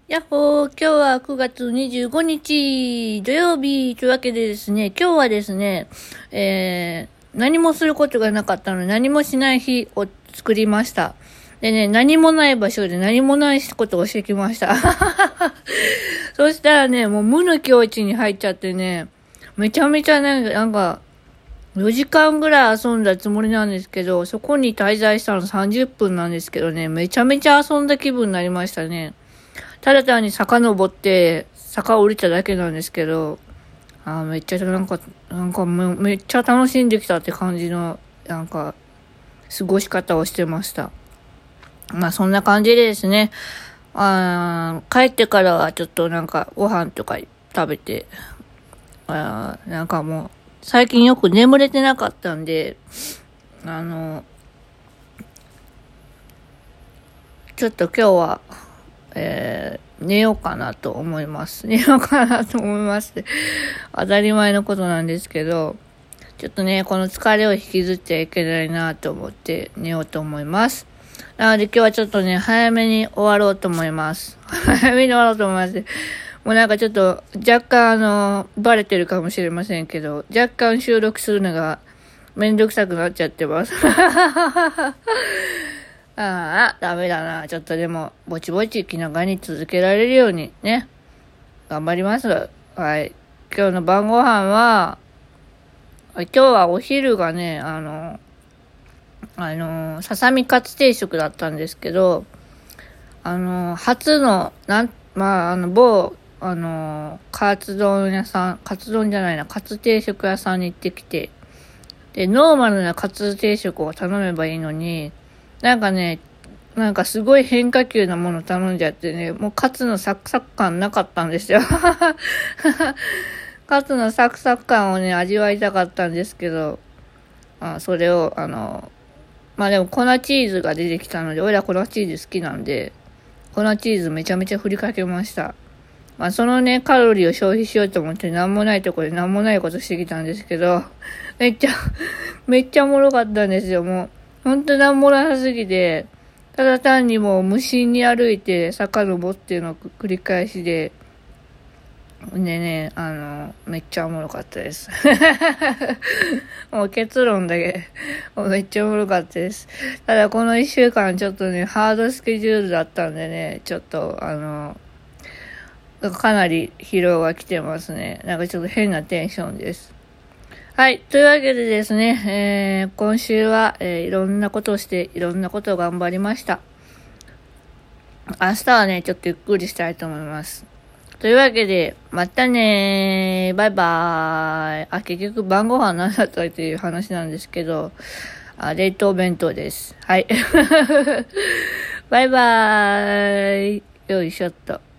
やっほー、今日は9月25日土曜日というわけでですね、今日はですね、何もすることがなかったので何もしない日を作りました。でね、何もない場所で何もないことをしてきました。そしたらね、もう無の境地に入っちゃってね、めちゃめちゃなんか、4時間ぐらい遊んだつもりなんですけど、そこに滞在したの30分なんですけどね、めちゃめちゃ遊んだ気分になりましたね。ただ単に坂登って、坂降りただけなんですけど、めっちゃめっちゃ楽しんできたって感じの、過ごし方をしてました。まあそんな感じでですね、帰ってからはちょっとご飯とか食べて、もう、最近よく眠れてなかったんで、ちょっと今日は、寝ようかなと思います。寝ようかなと思います。当たり前のことなんですけど、ちょっとね、この疲れを引きずっちゃいけないなと思って寝ようと思います。なので今日はちょっとね、早めに終わろうと思います。早めに終わろうと思います。もうちょっと若干バレてるかもしれませんけど、若干収録するのがめんどくさくなっちゃってます。ダメだな。ちょっとでも、ぼちぼち気長に続けられるようにね、頑張ります。はい。今日の晩ご飯は、今日はお昼がね、ささみカツ定食だったんですけど、初の、某、カツ丼屋さん、カツ丼じゃないな、カツ定食屋さんに行ってきて、で、ノーマルなカツ定食を頼めばいいのに、すごい変化球なもの頼んじゃってね、もうカツのサクサク感なかったんですよ。カツのサクサク感をね、味わいたかったんですけど、それを、でも粉チーズが出てきたので、俺ら粉チーズ好きなんで、粉チーズめちゃめちゃ振りかけました。そのね、カロリーを消費しようと思って、なんもないところでなんもないことしてきたんですけど、めっちゃおもろかったんですよ、もう。ほんとなんもなさすぎて、ただ単にもう無心に歩いて、坂登っていうのを繰り返しで、めっちゃおもろかったです。もう結論だけ、めっちゃおもろかったです。ただこの一週間ちょっとね、ハードスケジュールだったんでね、ちょっとかなり疲労が来てますね。ちょっと変なテンションです。はい。というわけでですね、今週は、いろんなことをして、いろんなことを頑張りました。明日はね、ちょっとゆっくりしたいと思います。というわけで、またねー。バイバーイ。結局晩ご飯何だったっていう話なんですけど、冷凍弁当です。はい。バイバーイ。よいしょっと。